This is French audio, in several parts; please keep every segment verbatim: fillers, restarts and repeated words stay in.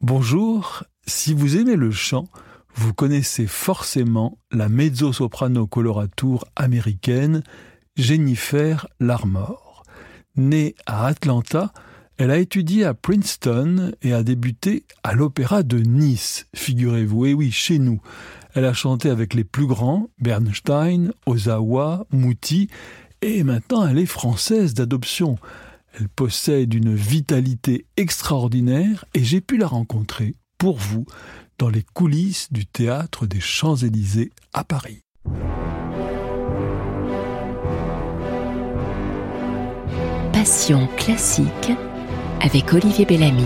Bonjour, si vous aimez le chant, vous connaissez forcément la mezzo-soprano coloratour américaine Jennifer Larmore. Née à Atlanta, elle a étudié à Princeton et a débuté à l'Opéra de Nice, figurez-vous, et oui, chez nous. Elle a chanté avec les plus grands, Bernstein, Ozawa, Muti, et maintenant elle est française d'adoption. Elle possède une vitalité extraordinaire et j'ai pu la rencontrer, pour vous, dans les coulisses du Théâtre des Champs-Élysées à Paris. Passion classique avec Olivier Bellamy.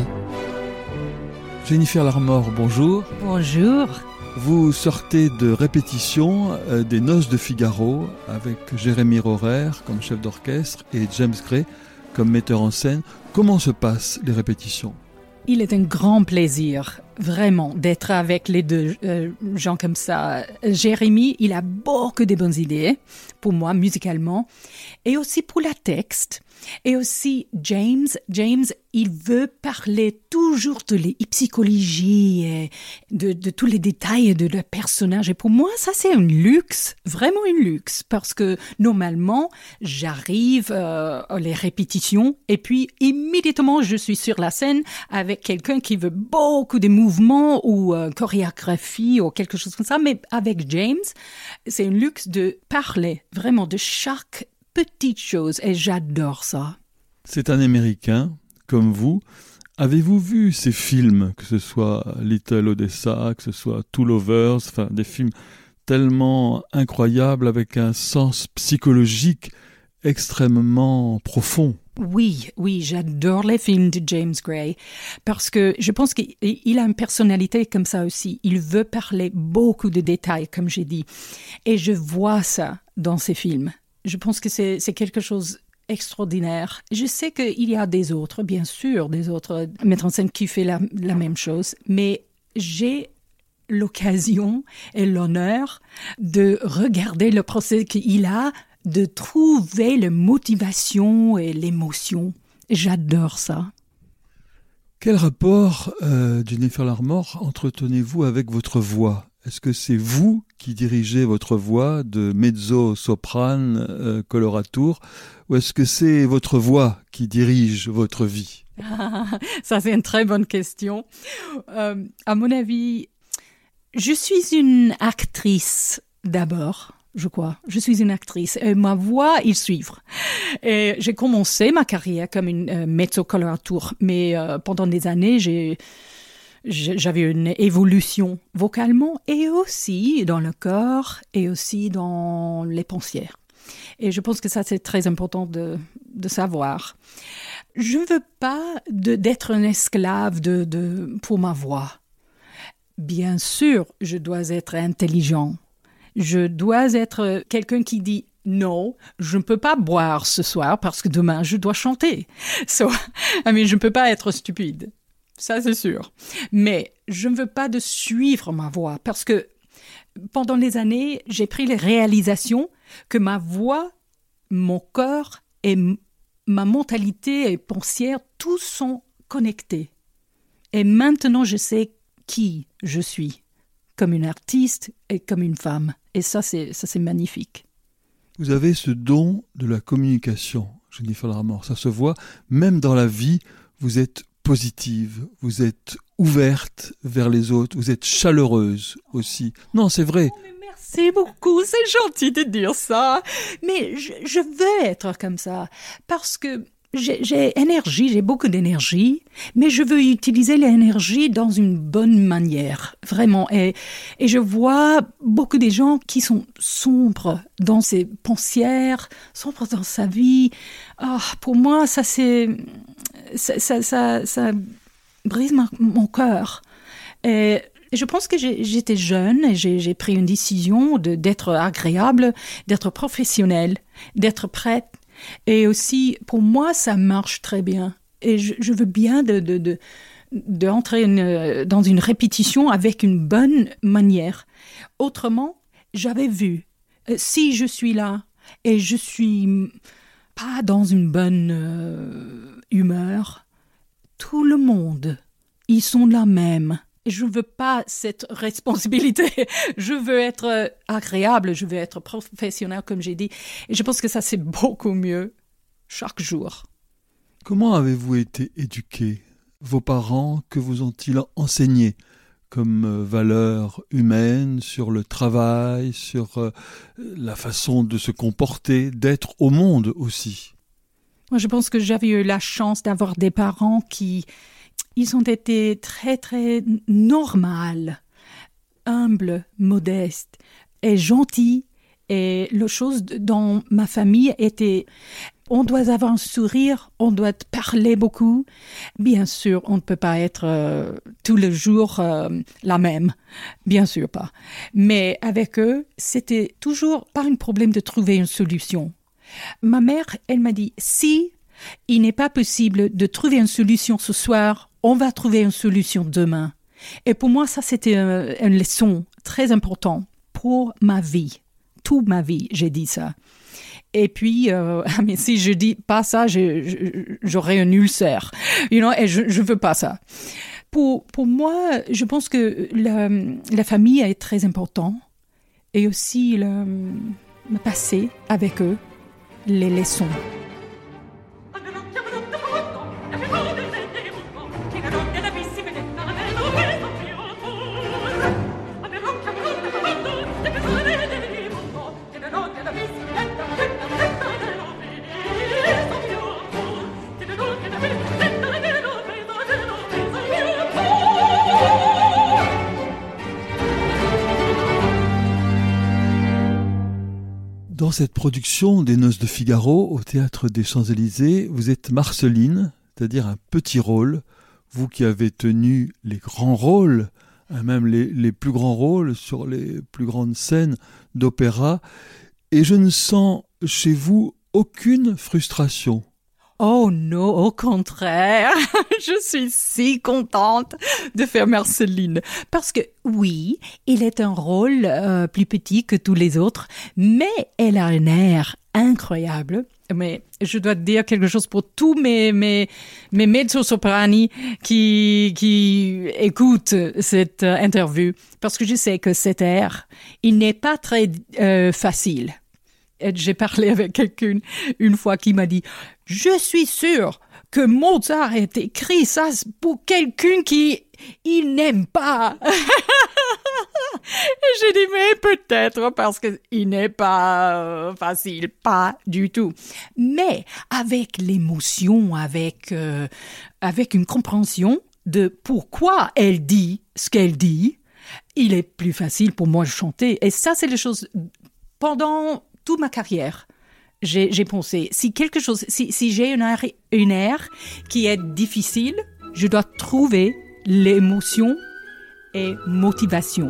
Jennifer Larmore, bonjour. Bonjour. Vous sortez de répétition euh, des Noces de Figaro avec Jérémy Rohrer comme chef d'orchestre et James Gray comme metteur en scène. Comment se passent les répétitions ? Il est un grand plaisir, vraiment, d'être avec les deux euh, gens comme ça. Jérémy, il a beaucoup de bonnes idées, pour moi, musicalement, et aussi pour la texte. Et aussi James, James, il veut parler toujours de la psychologie et de, de tous les détails de le personnage. Et pour moi, ça c'est un luxe, vraiment un luxe, parce que normalement, j'arrive euh, à les répétitions et puis immédiatement, je suis sur la scène avec quelqu'un qui veut beaucoup de mouvements ou euh, chorégraphie ou quelque chose comme ça. Mais avec James, c'est un luxe de parler vraiment de chaque petite chose, et j'adore ça. C'est un Américain, comme vous. Avez-vous vu ces films, que ce soit Little Odessa, que ce soit Two Lovers, enfin des films tellement incroyables avec un sens psychologique extrêmement profond? Oui, oui, j'adore les films de James Gray parce que je pense qu'il a une personnalité comme ça aussi. Il veut parler beaucoup de détails, comme j'ai dit, et je vois ça dans ses films. Je pense que c'est, c'est quelque chose d'extraordinaire. Je sais qu'il y a des autres, bien sûr, des autres metteurs en scène qui font la, la même chose, mais j'ai l'occasion et l'honneur de regarder le procès qu'il a, de trouver la motivation et l'émotion. J'adore ça. Quel rapport, euh, Jennifer Larmore, entretenez-vous avec votre voix ? Est-ce que c'est vous qui dirigez votre voix de mezzo-soprane euh, coloratour ou est-ce que c'est votre voix qui dirige votre vie ? Ça, c'est une très bonne question. Euh, à mon avis, je suis une actrice d'abord, je crois. Je suis une actrice et ma voix, il suit. Et j'ai commencé ma carrière comme une euh, mezzo-coloratour, mais euh, pendant des années, j'ai... J'avais une évolution vocalement et aussi dans le corps et aussi dans les pensières. Et je pense que ça, c'est très important de, de savoir. Je ne veux pas de, d'être un esclave de, de, pour ma voix. Bien sûr, je dois être intelligent. Je dois être quelqu'un qui dit « Non, je ne peux pas boire ce soir parce que demain, je dois chanter. » So, I mean, je ne peux pas être stupide. Ça, c'est sûr. Mais je ne veux pas de suivre ma voix parce que pendant les années, j'ai pris les réalisations que ma voix, mon corps et m- ma mentalité et pensière, tous sont connectés. Et maintenant, je sais qui je suis, comme une artiste et comme une femme. Et ça, c'est, ça, c'est magnifique. Vous avez ce don de la communication, Jennifer Larmore. Ça se voit, même dans la vie, vous êtes positive, vous êtes ouverte vers les autres, vous êtes chaleureuse aussi. Non, c'est vrai. Oh, mais merci beaucoup, c'est gentil de dire ça. Mais je, je veux être comme ça parce que j'ai, j'ai énergie, j'ai beaucoup d'énergie, mais je veux utiliser l'énergie dans une bonne manière, vraiment. Et, et je vois beaucoup de gens qui sont sombres dans ses pensières, sombres dans sa vie. Oh, pour moi, ça c'est... Ça, ça, ça, ça brise ma, mon cœur. Et je pense que j'ai, j'étais jeune et j'ai, j'ai pris une décision de, d'être agréable, d'être professionnelle, d'être prête. Et aussi, pour moi, ça marche très bien. Et je, je veux bien de, de, de, d'entrer une, dans une répétition avec une bonne manière. Autrement, j'avais vu, si je suis là et je suis pas dans une bonne euh, humeur, tout le monde ils sont là même. Je ne veux pas cette responsabilité. Je veux être agréable, je veux être professionnelle, comme j'ai dit. Et je pense que ça, c'est beaucoup mieux chaque jour. Comment avez-vous été éduqués ? Vos parents, que vous ont-ils enseigné comme valeurs humaines, sur le travail, sur euh, la façon de se comporter, d'être au monde aussi ? Moi, je pense que j'avais eu la chance d'avoir des parents qui... Ils ont été très, très normaux, humbles, modestes et gentils. Et la chose dans ma famille était, on doit avoir un sourire, on doit parler beaucoup. Bien sûr, on ne peut pas être euh, tous les jours euh, la même, bien sûr pas. Mais avec eux, c'était toujours pas un problème de trouver une solution. Ma mère, elle m'a dit, si il n'est pas possible de trouver une solution ce soir, on va trouver une solution demain. Et pour moi, ça, c'était une, une leçon très importante pour ma vie. Toute ma vie, j'ai dit ça. Et puis, euh, mais si je dis pas ça, je, je, j'aurais un ulcère. You know, et je ne veux pas ça. Pour, pour moi, je pense que la, la famille est très importante. Et aussi, le, le passé avec eux, les leçons. Dans cette production des Noces de Figaro au Théâtre des Champs-Élysées, vous êtes Marceline, c'est-à-dire un petit rôle, vous qui avez tenu les grands rôles, même les, les plus grands rôles sur les plus grandes scènes d'opéra, et je ne sens chez vous aucune frustration. Oh non, au contraire, je suis si contente de faire Marceline. Parce que oui, il est un rôle euh, plus petit que tous les autres, mais elle a un air incroyable. Mais je dois te dire quelque chose pour tous mes, mes, mes mezzo-soprani qui, qui écoutent cette euh, interview. Parce que je sais que cet air, il n'est pas très euh, facile. Et j'ai parlé avec quelqu'un une fois qui m'a dit « Je suis sûre que Mozart a écrit ça pour quelqu'un qui il n'aime pas. » Et j'ai dit « Mais peut-être parce qu'il n'est pas euh, facile, pas du tout. » Mais avec l'émotion, avec, euh, avec une compréhension de pourquoi elle dit ce qu'elle dit, il est plus facile pour moi de chanter. Et ça, c'est les choses pendant toute ma carrière, j'ai, j'ai pensé, si quelque chose, si, si j'ai une air, une air qui est difficile, je dois trouver l'émotion et motivation.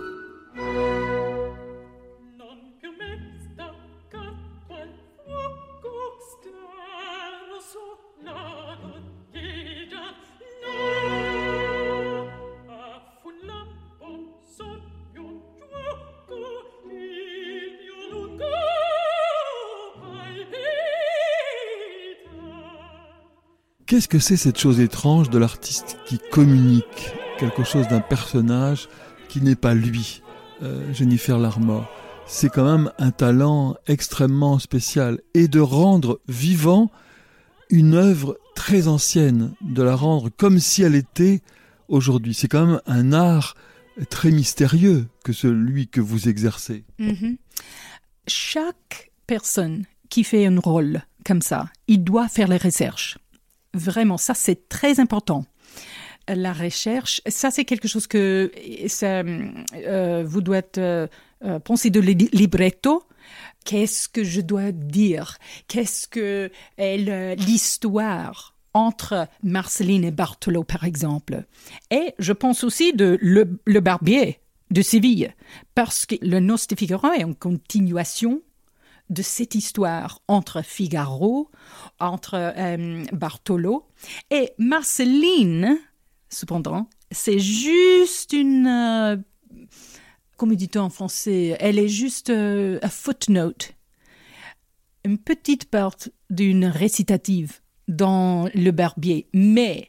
Qu'est-ce que c'est cette chose étrange de l'artiste qui communique quelque chose d'un personnage qui n'est pas lui, euh, Jennifer Larmore? C'est quand même un talent extrêmement spécial. Et de rendre vivant une œuvre très ancienne, de la rendre comme si elle était aujourd'hui. C'est quand même un art très mystérieux que celui que vous exercez. Mm-hmm. Chaque personne qui fait un rôle comme ça, il doit faire les recherches. Vraiment, ça, c'est très important. La recherche, ça, c'est quelque chose que ça, euh, vous devez euh, penser de libretto. Qu'est-ce que je dois dire? Qu'est-ce que est l'histoire entre Marceline et Bartolo, par exemple? Et je pense aussi de Le, le Barbier de Séville, parce que le Noces de Figaro est une continuation de cette histoire entre Figaro, entre euh, Bartolo et Marceline. Cependant, c'est juste une, euh, comment dit-on en français, elle est juste euh, a footnote, une petite part d'une récitative dans Le Barbier, mais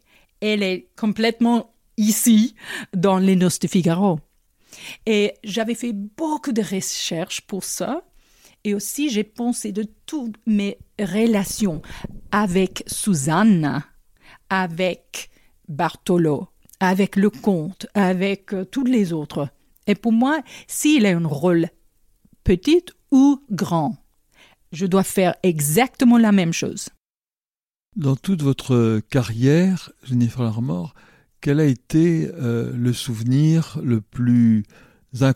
elle est complètement ici, dans les Noces de Figaro. Et j'avais fait beaucoup de recherches pour ça. Et aussi, j'ai pensé de toutes mes relations avec Suzanne, avec Bartolo, avec le comte, avec euh, tous les autres. Et pour moi, s'il a un rôle petit ou grand, je dois faire exactement la même chose. Dans toute votre carrière, Jennifer Larmore, quel a été euh, le souvenir le plus incroyable ?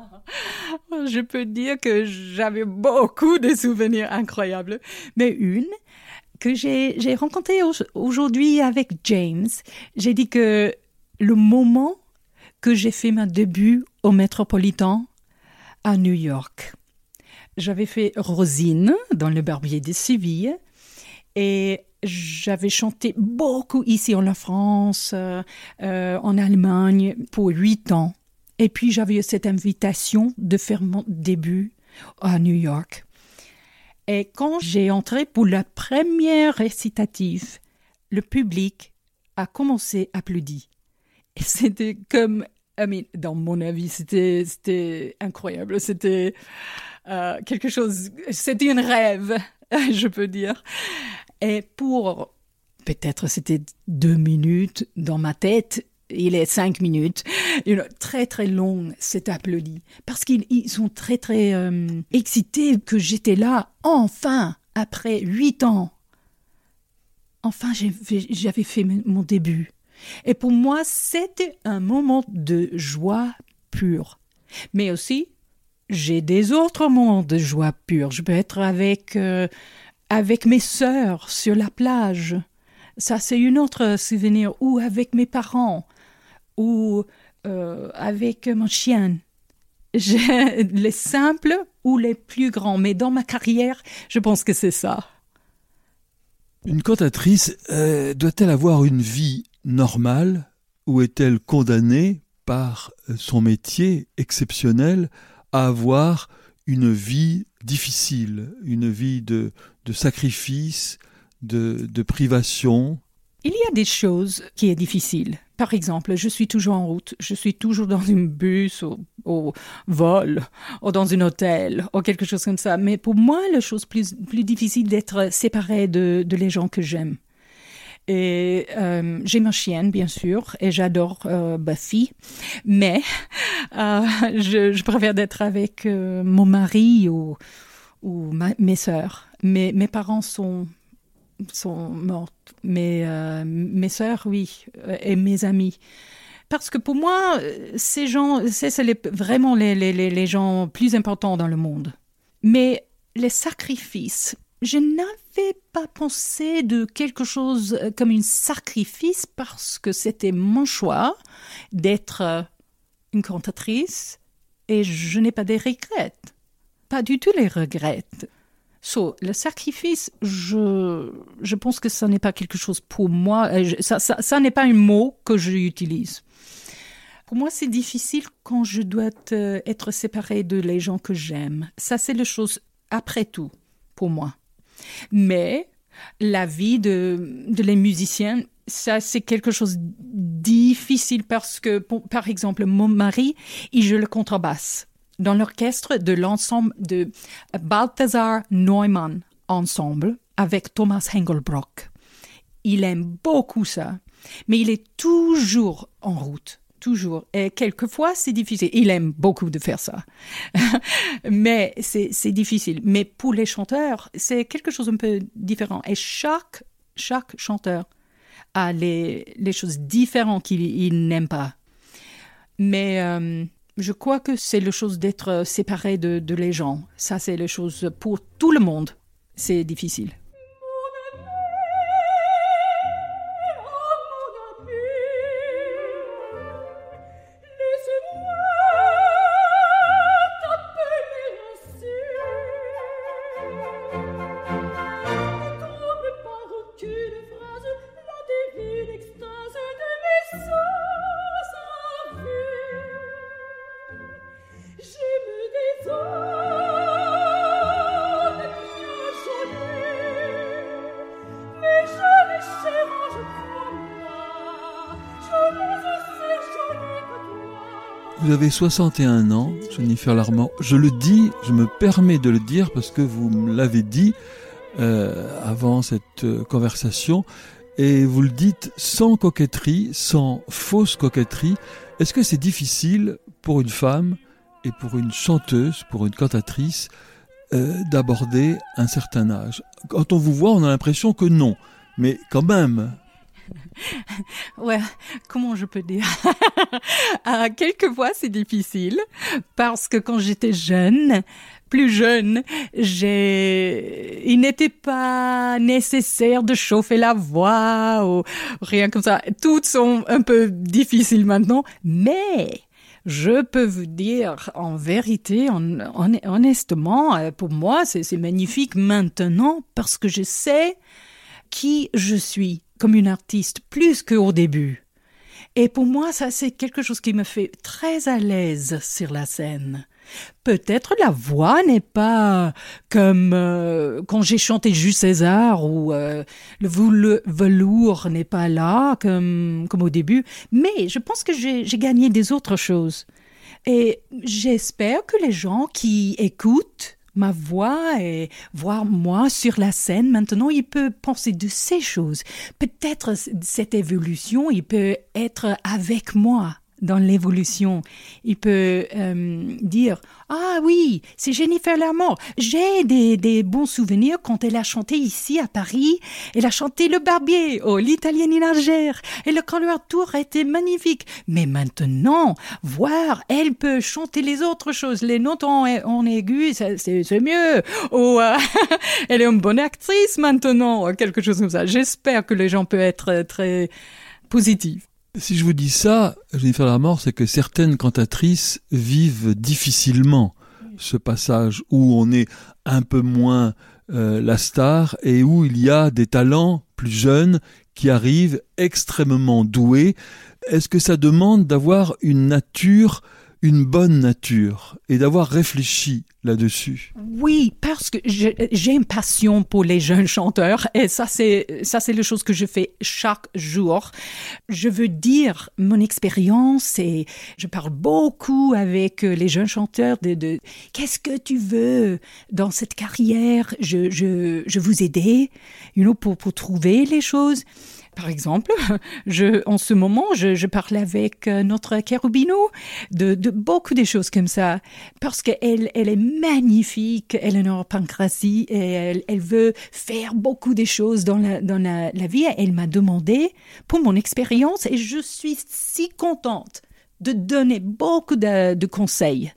Je peux dire que j'avais beaucoup de souvenirs incroyables, mais une que j'ai, j'ai rencontrée aujourd'hui avec James, j'ai dit que le moment que j'ai fait mon début au Métropolitain à New York, j'avais fait Rosine dans Le Barbier de Séville et j'avais chanté beaucoup ici en France, euh, euh, en Allemagne pour huit ans. Et puis, j'avais eu cette invitation de faire mon début à New York. Et quand j'ai entré pour la première récitative, le public a commencé à applaudir. Et c'était comme, I mean, dans mon avis, c'était, c'était incroyable. C'était euh, quelque chose, c'était un rêve, je peux dire. Et pour, peut-être c'était deux minutes dans ma tête, il est cinq minutes, you know, très très long, c'est applaudi. Parce qu'ils ils sont très très euh, excités que j'étais là, enfin, après huit ans. Enfin, j'ai, j'avais fait mon début. Et pour moi, c'était un moment de joie pure. Mais aussi, j'ai des autres moments de joie pure. Je peux être avec, euh, avec mes sœurs sur la plage. Ça, c'est un autre souvenir. Ou avec mes parents. Ou euh, avec mon chien. J'ai les simples ou les plus grands. Mais dans ma carrière, je pense que c'est ça. Une cantatrice euh, doit-elle avoir une vie normale ou est-elle condamnée par son métier exceptionnel à avoir une vie difficile, une vie de, de sacrifice, de, de privation? Il y a des choses qui sont difficiles. Par exemple, je suis toujours en route, je suis toujours dans un bus, au, au vol, ou dans un hôtel, ou quelque chose comme ça. Mais pour moi, la chose plus, plus difficile d'être séparée de, de les gens que j'aime. Et euh, j'ai ma chienne, bien sûr, et j'adore euh, Buffy, mais euh, je, je préfère d'être avec euh, mon mari ou, ou ma, mes sœurs. Mes, mes parents sont... sont mortes, mais euh, mes sœurs, oui, et mes amis. Parce que pour moi, ces gens, c'est, c'est les, vraiment les, les, les gens plus importants dans le monde. Mais les sacrifices, je n'avais pas pensé de quelque chose comme un sacrifice parce que c'était mon choix d'être une cantatrice et je n'ai pas de regrets. Pas du tout les regrets. So, le sacrifice, je, je pense que ça n'est pas quelque chose pour moi. Ça, ça, ça n'est pas un mot que j'utilise. Pour moi, c'est difficile quand je dois être séparée de les gens que j'aime. Ça, c'est la chose après tout pour moi. Mais la vie de, de les musiciens, ça, c'est quelque chose de difficile parce que, par exemple, mon mari, il joue le contrebasse dans l'orchestre de l'ensemble de Balthasar Neumann Ensemble avec Thomas Hengelbrock. Il aime beaucoup ça, mais il est toujours en route, toujours. Et quelquefois, c'est difficile. Il aime beaucoup de faire ça, mais c'est, c'est difficile. Mais pour les chanteurs, c'est quelque chose un peu différent. Et chaque, chaque chanteur a les, les choses différentes qu'il il n'aime pas. Mais... Euh, Je crois que c'est la chose d'être séparé de, de les gens. Ça, c'est la chose pour tout le monde. C'est difficile. Je me désole, bien gelée. Vous avez soixante et un ans, Jennifer Larmor. Je le dis, je me permets de le dire parce que vous me l'avez dit euh, avant cette euh, conversation. Et vous le dites sans coquetterie, sans fausse coquetterie. Est-ce que c'est difficile pour une femme et pour une chanteuse, pour une cantatrice, euh, d'aborder un certain âge? Quand on vous voit, on a l'impression que non. Mais quand même... Ouais, comment je peux dire euh, quelquefois c'est difficile parce que quand j'étais jeune, plus jeune, j'ai... il n'était pas nécessaire de chauffer la voix ou rien comme ça. Toutes sont un peu difficiles maintenant, mais je peux vous dire en vérité, en, en, honnêtement, pour moi c'est, c'est magnifique maintenant parce que je sais qui je suis comme une artiste, plus qu'au début. Et pour moi, ça, c'est quelque chose qui me fait très à l'aise sur la scène. Peut-être la voix n'est pas comme euh, quand j'ai chanté Jules César ou euh, le velours n'est pas là comme, comme au début, mais je pense que j'ai, j'ai gagné des autres choses. Et j'espère que les gens qui écoutent ma voix et voir moi sur la scène, maintenant, il peut penser de ces choses. Peut-être cette évolution, il peut être avec moi dans l'évolution. Il peut euh, dire « Ah oui, c'est Jennifer Larmor. J'ai des, des bons souvenirs quand elle a chanté ici à Paris. Elle a chanté Le Barbier, oh, l'Italienne in Algère. Et le Coloratura était magnifique. Mais maintenant, voir, elle peut chanter les autres choses. Les notes en, en aigu, c'est, c'est, c'est mieux. Ou euh, elle est une bonne actrice maintenant, quelque chose comme ça. J'espère que les gens peuvent être très positifs. Si je vous dis ça, Jennifer Larmor, c'est que certaines cantatrices vivent difficilement ce passage où on est un peu moins euh, la star et où il y a des talents plus jeunes qui arrivent extrêmement doués. Est-ce que ça demande d'avoir une nature, une bonne nature et d'avoir réfléchi là-dessus? Oui, parce que je, j'ai une passion pour les jeunes chanteurs et ça c'est ça c'est la chose que je fais chaque jour. Je veux dire mon expérience et je parle beaucoup avec les jeunes chanteurs de, de qu'est-ce que tu veux dans cette carrière? Je je je vous aider, you know, pour pour trouver les choses. Par exemple, je, en ce moment, je, je parle avec notre Cherubino de, de beaucoup de choses comme ça, parce qu'elle elle est magnifique, Eleanor Pancrazi, et elle, elle veut faire beaucoup de choses dans la, dans la, la vie. Elle m'a demandé pour mon expérience et je suis si contente de donner beaucoup de, de conseils.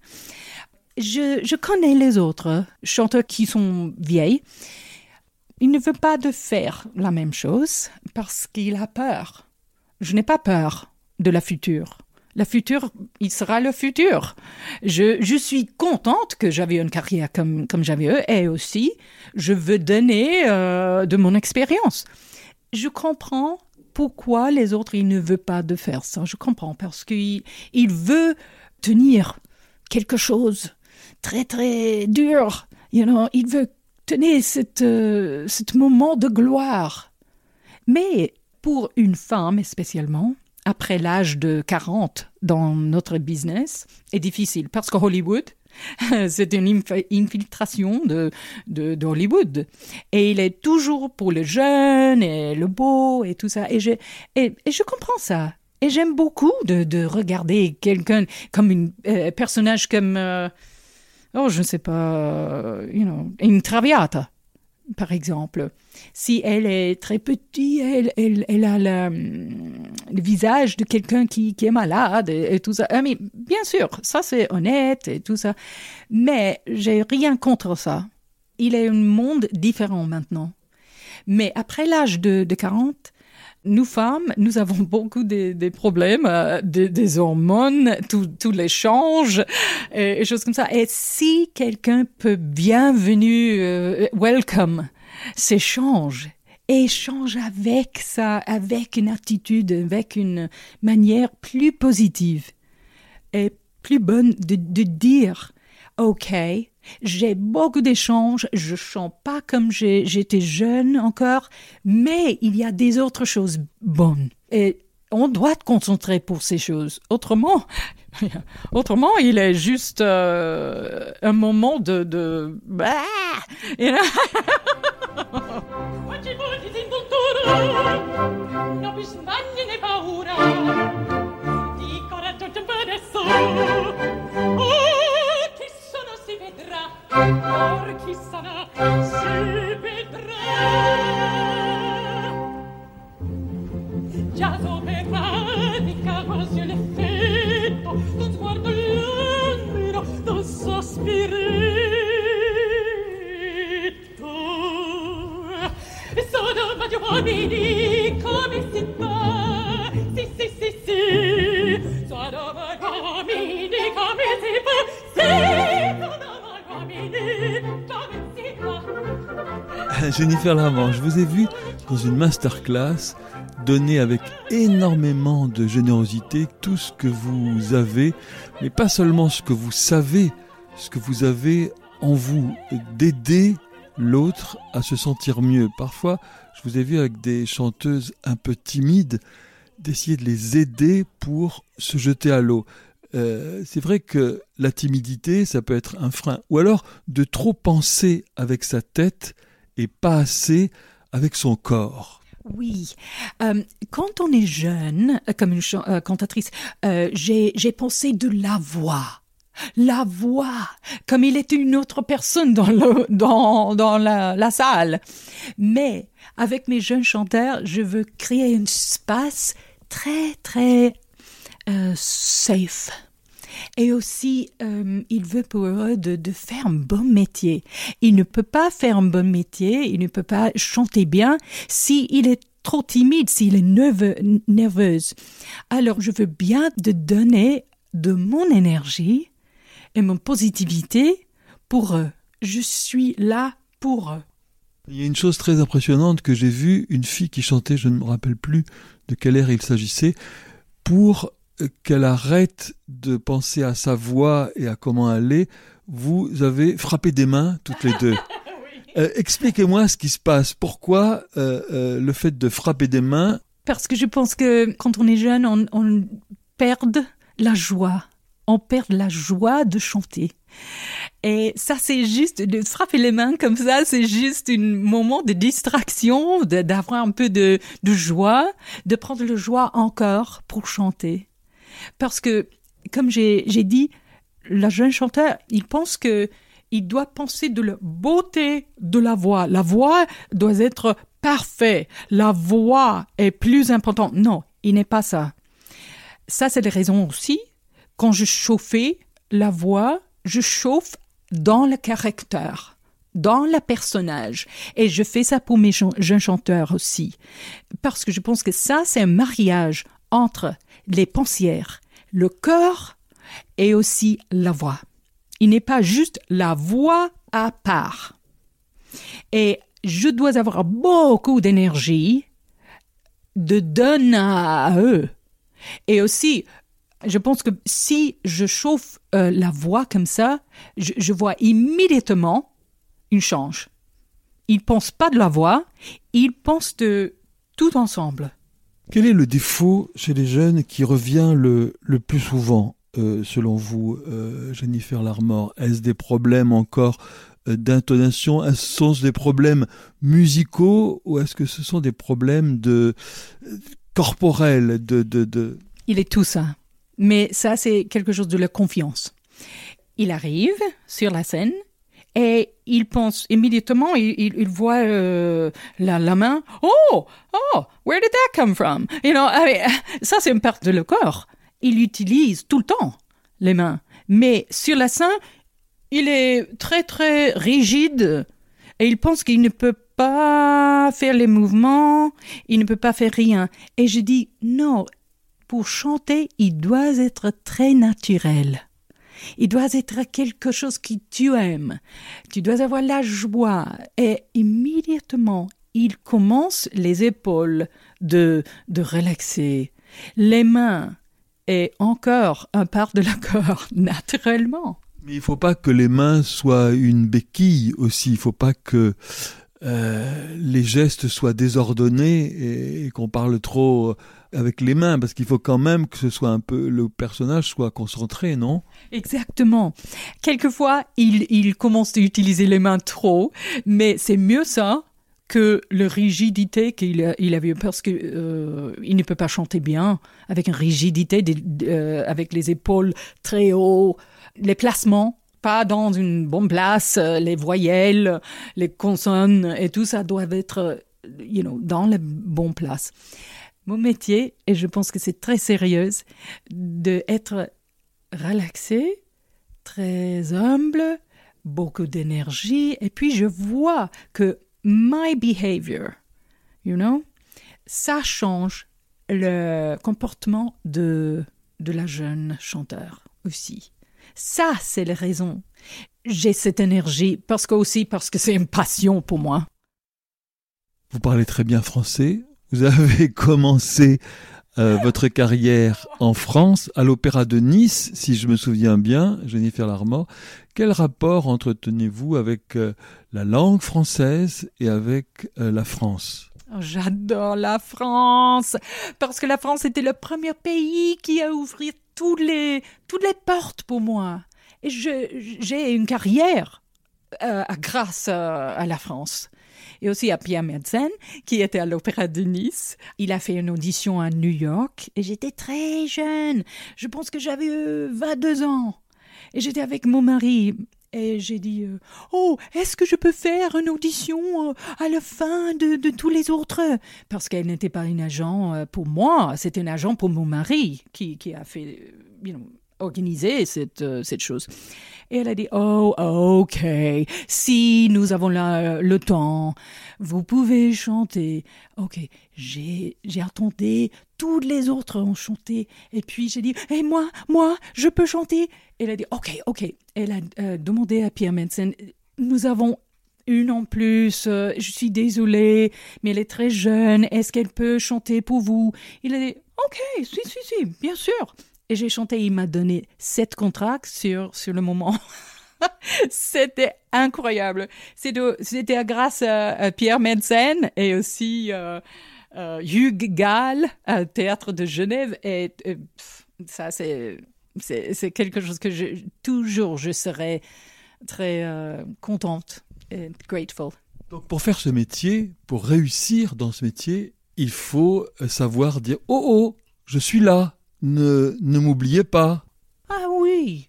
Je, je connais les autres chanteurs qui sont vieilles. Il ne veut pas de faire la même chose parce qu'il a peur. Je n'ai pas peur de la future. La future, il sera le futur. Je, je suis contente que j'avais une carrière comme, comme j'avais eux et aussi, je veux donner euh, de mon expérience. Je comprends pourquoi les autres, ils ne veulent pas de faire ça. Je comprends parce qu'il il veut tenir quelque chose très, très dur. You know, il veut tenez cette, euh, ce moment de gloire. Mais pour une femme, spécialement, après l'âge de quarante dans notre business, est difficile. Parce que Hollywood, c'est une inf- infiltration de, de, de Hollywood. Et il est toujours pour le jeune et le beau et tout ça. Et je, et, et je comprends ça. Et j'aime beaucoup de, de regarder quelqu'un comme un euh, personnage comme... Euh, Oh, je ne sais pas, you know, une Traviata, par exemple. Si elle est très petite, elle, elle, elle a la, le visage de quelqu'un qui, qui est malade et, et tout ça. I mean, bien sûr, ça c'est honnête et tout ça. Mais j'ai rien contre ça. Il est un monde différent maintenant. Mais après l'âge de, de quarante, nous femmes, nous avons beaucoup de, de problèmes, euh, de, des hormones, tous les changes et, et choses comme ça. Et si quelqu'un peut bienvenue, euh, welcome, ces changes, et change avec ça, avec une attitude, avec une manière plus positive et plus bonne de, de dire, OK, j'ai beaucoup d'échanges, je chante pas comme j'ai, j'étais jeune encore, mais il y a des autres choses bonnes. Et on doit être concentré pour ces choses. Autrement, autrement, il est juste euh, un moment de... de... Bah, you know? Jennifer Larmor, je vous ai vu dans une masterclass donner avec énormément de générosité tout ce que vous avez, mais pas seulement ce que vous savez, ce que vous avez en vous, d'aider l'autre à se sentir mieux. Parfois, je vous ai vu avec des chanteuses un peu timides, d'essayer de les aider pour se jeter à l'eau. Euh, c'est vrai que la timidité, ça peut être un frein. Ou alors de trop penser avec sa tête et pas assez avec son corps. Oui, euh, quand on est jeune, comme une ch- euh, cantatrice, euh, j'ai, j'ai pensé de la voix. La voix, comme il était une autre personne dans, le, dans, dans la, la salle. Mais avec mes jeunes chanteurs, je veux créer un espace très, très euh, safe. Et aussi, euh, il veut pour eux de, de faire un bon métier. Il ne peut pas faire un bon métier, il ne peut pas chanter bien s'il est trop timide, s'il est nerveux, nerveuse. Alors, je veux bien de donner de mon énergie et mon positivité pour eux. Je suis là pour eux. Il y a une chose très impressionnante que j'ai vue, une fille qui chantait, je ne me rappelle plus de quel air il s'agissait, pour qu'elle arrête de penser à sa voix et à comment elle est, vous avez frappé des mains toutes les deux. Oui. euh, expliquez-moi ce qui se passe. Pourquoi euh, euh, le fait de frapper des mains? Parce que je pense que quand on est jeune, on, on perd la joie. On perd la joie de chanter. Et ça, c'est juste de frapper les mains comme ça, c'est juste un moment de distraction, de, d'avoir un peu de, de joie, de prendre le joie encore pour chanter. Parce que, comme j'ai, j'ai dit, le jeune chanteur, il pense que il doit penser de la beauté de la voix. La voix doit être parfaite. La voix est plus importante. Non, il n'est pas ça. Ça, c'est la raison aussi. Quand je chauffais la voix, je chauffe dans le caractère, dans le personnage. Et je fais ça pour mes ch- jeunes chanteurs aussi. Parce que je pense que ça, c'est un mariage entre les pensières, le cœur et aussi la voix. Il n'est pas juste la voix à part. Et je dois avoir beaucoup d'énergie de donner à eux. Et aussi, je pense que si je chauffe euh, la voix comme ça, je, je vois immédiatement une change. Ils ne pensent pas de la voix, ils pensent de tout ensemble. Quel est le défaut chez les jeunes qui revient le, le plus souvent, euh, selon vous, euh, Jennifer Larmor? Est-ce des problèmes encore euh, d'intonation? Est-ce que ce sont des problèmes musicaux ou est-ce que ce sont des problèmes de, euh, corporels de, de, de... Il est tout ça. Mais ça, c'est quelque chose de la confiance. Il arrive sur la scène et il pense immédiatement, il, il, il voit euh, la, la main. Oh, oh, where did that come from? You know, ça, c'est une part de le corps. Il utilise tout le temps les mains. Mais sur la scène, il est très, très rigide et il pense qu'il ne peut pas faire les mouvements, il ne peut pas faire rien. Et je dis, non, pour chanter, il doit être très naturel. Il doit être quelque chose que tu aimes. Tu dois avoir la joie. Et immédiatement, il commence les épaules de, de relaxer. Les mains et encore un part de la corps, naturellement. Mais il ne faut pas que les mains soient une béquille aussi. Il ne faut pas que euh, les gestes soient désordonnés et, et qu'on parle trop avec les mains, parce qu'il faut quand même que ce soit un peu, le personnage soit concentré, non? Exactement. Quelquefois, il, il commence à utiliser les mains trop, mais c'est mieux ça que la rigidité qu'il a, il avait, parce que euh, il ne peut pas chanter bien avec une rigidité, des, euh, avec les épaules très haut, les placements pas dans une bonne place, les voyelles, les consonnes et tout ça doit être, you know, dans la bonne place. Mon métier, et je pense que c'est très sérieux, d'être relaxé, très humble, beaucoup d'énergie, et puis je vois que my behavior, you know, ça change le comportement de, de la jeune chanteur aussi. Ça, c'est la raison. J'ai cette énergie, parce que aussi parce que c'est une passion pour moi. Vous parlez très bien français. Vous avez commencé euh, votre carrière en France, à l'Opéra de Nice, si je me souviens bien, Jennifer Larmor. Quel rapport entretenez-vous avec euh, la langue française et avec euh, la France ? Oh, j'adore la France, parce que la France était le premier pays qui a ouvert toutes les, toutes les portes pour moi. Et je, j'ai une carrière euh, grâce à, à la France. Et aussi à Pierre Metzen, qui était à l'Opéra de Nice. Il a fait une audition à New York et j'étais très jeune. Je pense que j'avais euh, vingt-deux ans. Et j'étais avec mon mari. Et j'ai dit, euh, oh, est-ce que je peux faire une audition euh, à la fin de, de tous les autres? Parce qu'elle n'était pas une agent euh, pour moi, c'était un agent pour mon mari qui, qui a fait, euh, you know, organiser cette, euh, cette chose. Et elle a dit, oh, ok, si nous avons la, le temps, vous pouvez chanter. Ok, j'ai, j'ai attendu, tous les autres ont chanté. Et puis j'ai dit, et hey, moi, moi, je peux chanter. Elle a dit, ok, ok. Elle a euh, demandé à Pierre Metzen, nous avons une en plus, euh, je suis désolée, mais elle est très jeune, est-ce qu'elle peut chanter pour vous? Il a dit, ok, si, si, si, bien sûr. Et j'ai chanté, il m'a donné sept contrats sur, sur le moment. C'était incroyable. C'était, c'était grâce à, à Pierre Metzen et aussi euh, euh, Hugues Gall, au Théâtre de Genève. Et, et pff, ça, c'est, c'est, c'est quelque chose que je, toujours je serai très euh, contente et grateful. Donc pour faire ce métier, pour réussir dans ce métier, il faut savoir dire « Oh, oh, je suis là ». Ne, ne m'oubliez pas. Ah oui.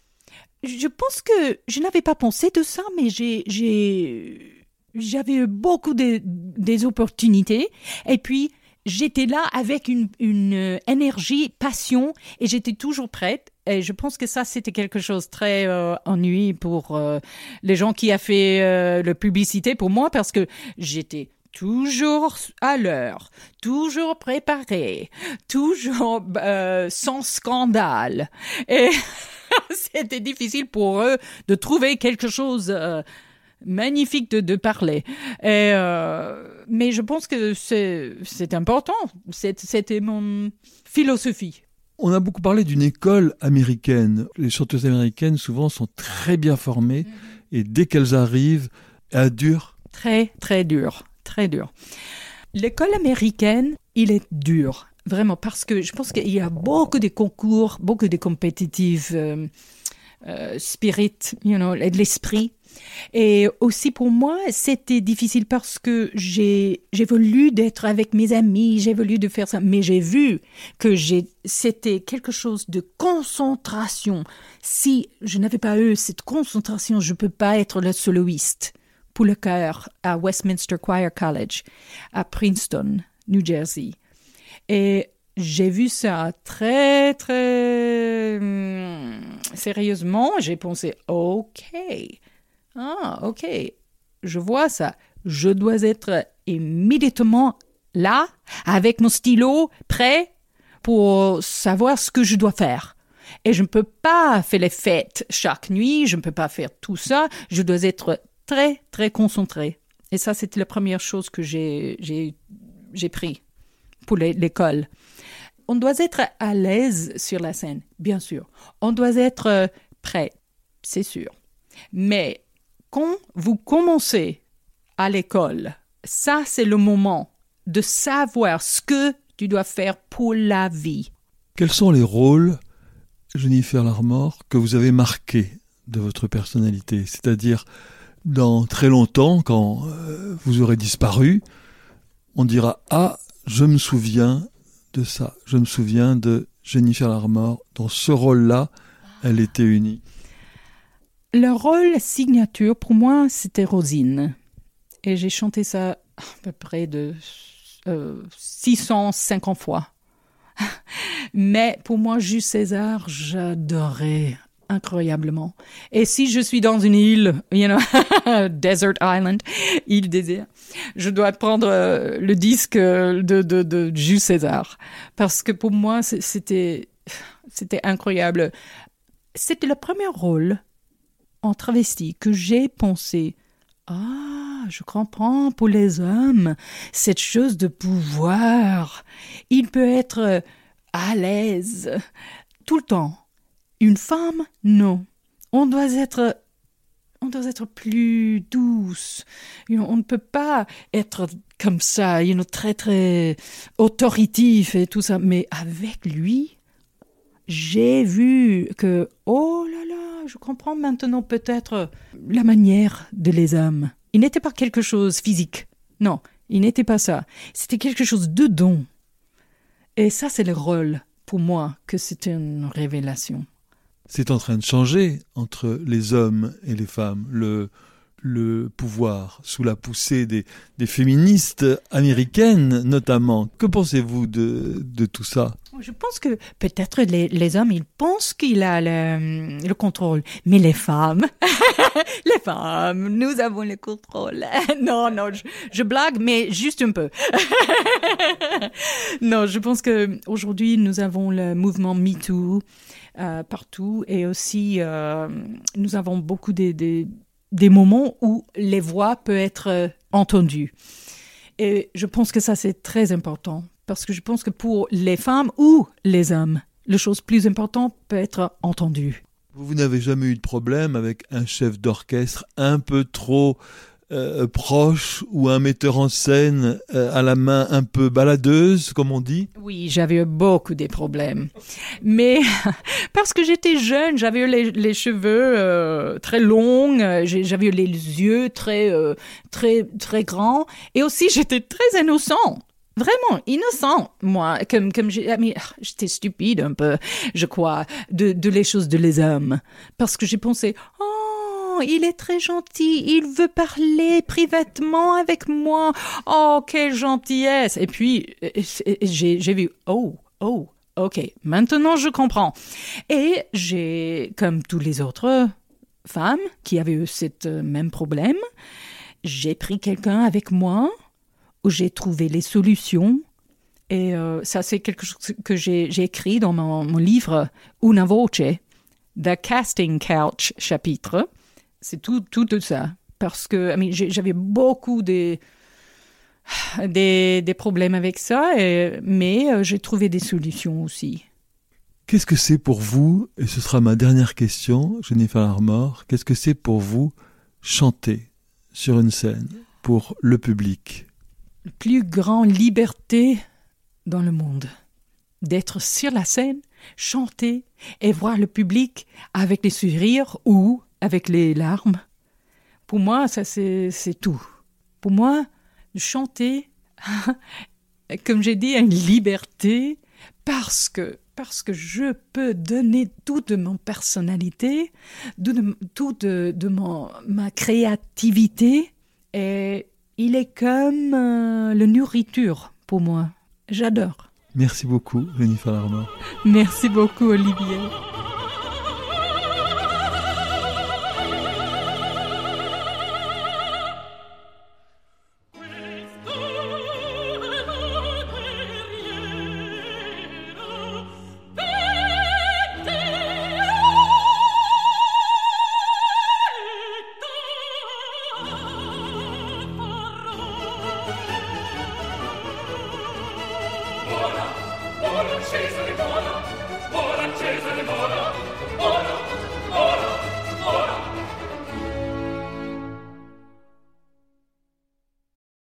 Je pense que je n'avais pas pensé de ça, mais j'ai, j'ai, j'avais eu beaucoup de, des opportunités. Et puis, j'étais là avec une, une énergie, passion, et j'étais toujours prête. Et je pense que ça, c'était quelque chose de très euh, ennuyeux pour euh, les gens qui ont fait euh, la publicité pour moi, parce que j'étais toujours à l'heure, toujours préparé, toujours euh, sans scandale. Et c'était difficile pour eux de trouver quelque chose euh, magnifique de, de parler. Et, euh, mais je pense que c'est, c'est important. C'est, c'était mon philosophie. On a beaucoup parlé d'une école américaine. Les chanteuses américaines, souvent, sont très bien formées. Mm-hmm. Et dès qu'elles arrivent, elles durent. Très, très dur. Très dur. L'école américaine, il est dur, vraiment, parce que je pense qu'il y a beaucoup de concours, beaucoup de compétitifs, euh, euh, spirit, you know, de l'esprit. Et aussi pour moi, c'était difficile parce que j'ai, j'ai voulu d'être avec mes amis, j'ai voulu de faire ça, mais j'ai vu que j'ai, c'était quelque chose de concentration. Si je n'avais pas eu cette concentration, je ne peux pas être le soloiste pour le chœur à Westminster Choir College, à Princeton, New Jersey. Et j'ai vu ça très, très hum, sérieusement. J'ai pensé, OK, ah, OK, je vois ça. Je dois être immédiatement là, avec mon stylo, prêt pour savoir ce que je dois faire. Et je ne peux pas faire les fêtes chaque nuit, je ne peux pas faire tout ça. Je dois être très, très concentré. Et ça, c'était la première chose que j'ai, j'ai, j'ai pris pour l'école. On doit être à l'aise sur la scène, bien sûr. On doit être prêt, c'est sûr. Mais quand vous commencez à l'école, ça, c'est le moment de savoir ce que tu dois faire pour la vie. Quels sont les rôles, Jennifer Larmor, que vous avez marqués de votre personnalité ? C'est-à-dire, dans très longtemps, quand euh, vous aurez disparu, on dira « Ah, je me souviens de ça, je me souviens de Jennifer Larmor, dans ce rôle-là, elle était unique. » Le rôle signature, pour moi, c'était Rosine. Et j'ai chanté ça à peu près de euh, six cent cinquante fois. Mais pour moi, Jules César, j'adorais incroyablement. Et si je suis dans une île, you know, Desert Island, île désert, je dois prendre euh, le disque de, de, de Jules César. Parce que pour moi, c'était, c'était incroyable. C'était le premier rôle en travesti que j'ai pensé, ah, je comprends pour les hommes, cette chose de pouvoir. Il peut être à l'aise tout le temps. Une femme, non. On doit être, on doit être plus douce. You know, on ne peut pas être comme ça, you know, très, très autoritatif et tout ça. Mais avec lui, j'ai vu que, oh là là, je comprends maintenant peut-être la manière de les hommes. Il n'était pas quelque chose physique. Non, il n'était pas ça. C'était quelque chose de don. Et ça, c'est le rôle, pour moi, que c'était une révélation. C'est en train de changer entre les hommes et les femmes, le, le pouvoir, sous la poussée des, des féministes américaines notamment. Que pensez-vous de, de tout ça ? Je pense que peut-être les, les hommes, ils pensent qu'il a le, le contrôle. Mais les femmes, les femmes, nous avons le contrôle. Non, non, je, je blague, mais juste un peu. Non, je pense qu'aujourd'hui, nous avons le mouvement MeToo euh, partout. Et aussi, euh, nous avons beaucoup des, des, des moments où les voix peuvent être entendues. Et je pense que ça, c'est très important. Parce que je pense que pour les femmes ou les hommes, la chose plus importante peut être entendue. Vous n'avez jamais eu de problème avec un chef d'orchestre un peu trop euh, proche ou un metteur en scène euh, à la main un peu baladeuse, comme on dit ? Oui, j'avais eu beaucoup de problèmes. Mais parce que j'étais jeune, j'avais eu les, les cheveux euh, très longs, j'avais eu les yeux très, euh, très, très grands. Et aussi, j'étais très innocent. Vraiment innocent, moi, comme, comme j'ai, mais, j'étais stupide un peu, je crois, de, de les choses de les hommes. Parce que j'ai pensé, oh, il est très gentil, il veut parler privatement avec moi. Oh, quelle gentillesse. Et puis, j'ai, j'ai vu, oh, oh, ok, maintenant je comprends. Et j'ai, comme tous les autres femmes qui avaient eu ce même problème, j'ai pris quelqu'un avec moi où j'ai trouvé les solutions. Et euh, ça, c'est quelque chose que j'ai, j'ai écrit dans mon, mon livre « Una voce », The Casting Couch chapitre. C'est tout, tout de ça. Parce que I mean, j'avais beaucoup de, des, des problèmes avec ça, et, mais euh, j'ai trouvé des solutions aussi. Qu'est-ce que c'est pour vous, et ce sera ma dernière question, Jennifer Larmor, qu'est-ce que c'est pour vous chanter sur une scène pour le public ? La plus grande liberté dans le monde. D'être sur la scène, chanter et voir le public avec les sourires ou avec les larmes. Pour moi, ça c'est, c'est tout. Pour moi, chanter, comme j'ai dit, une liberté parce que, parce que je peux donner toute mon personnalité, tout de, tout de, de mon, ma créativité et il est comme euh, la nourriture pour moi. J'adore. Merci beaucoup, Jennifer Larmor. Merci beaucoup, Olivier. Ora, Cesare, ora, ora, ora, ora,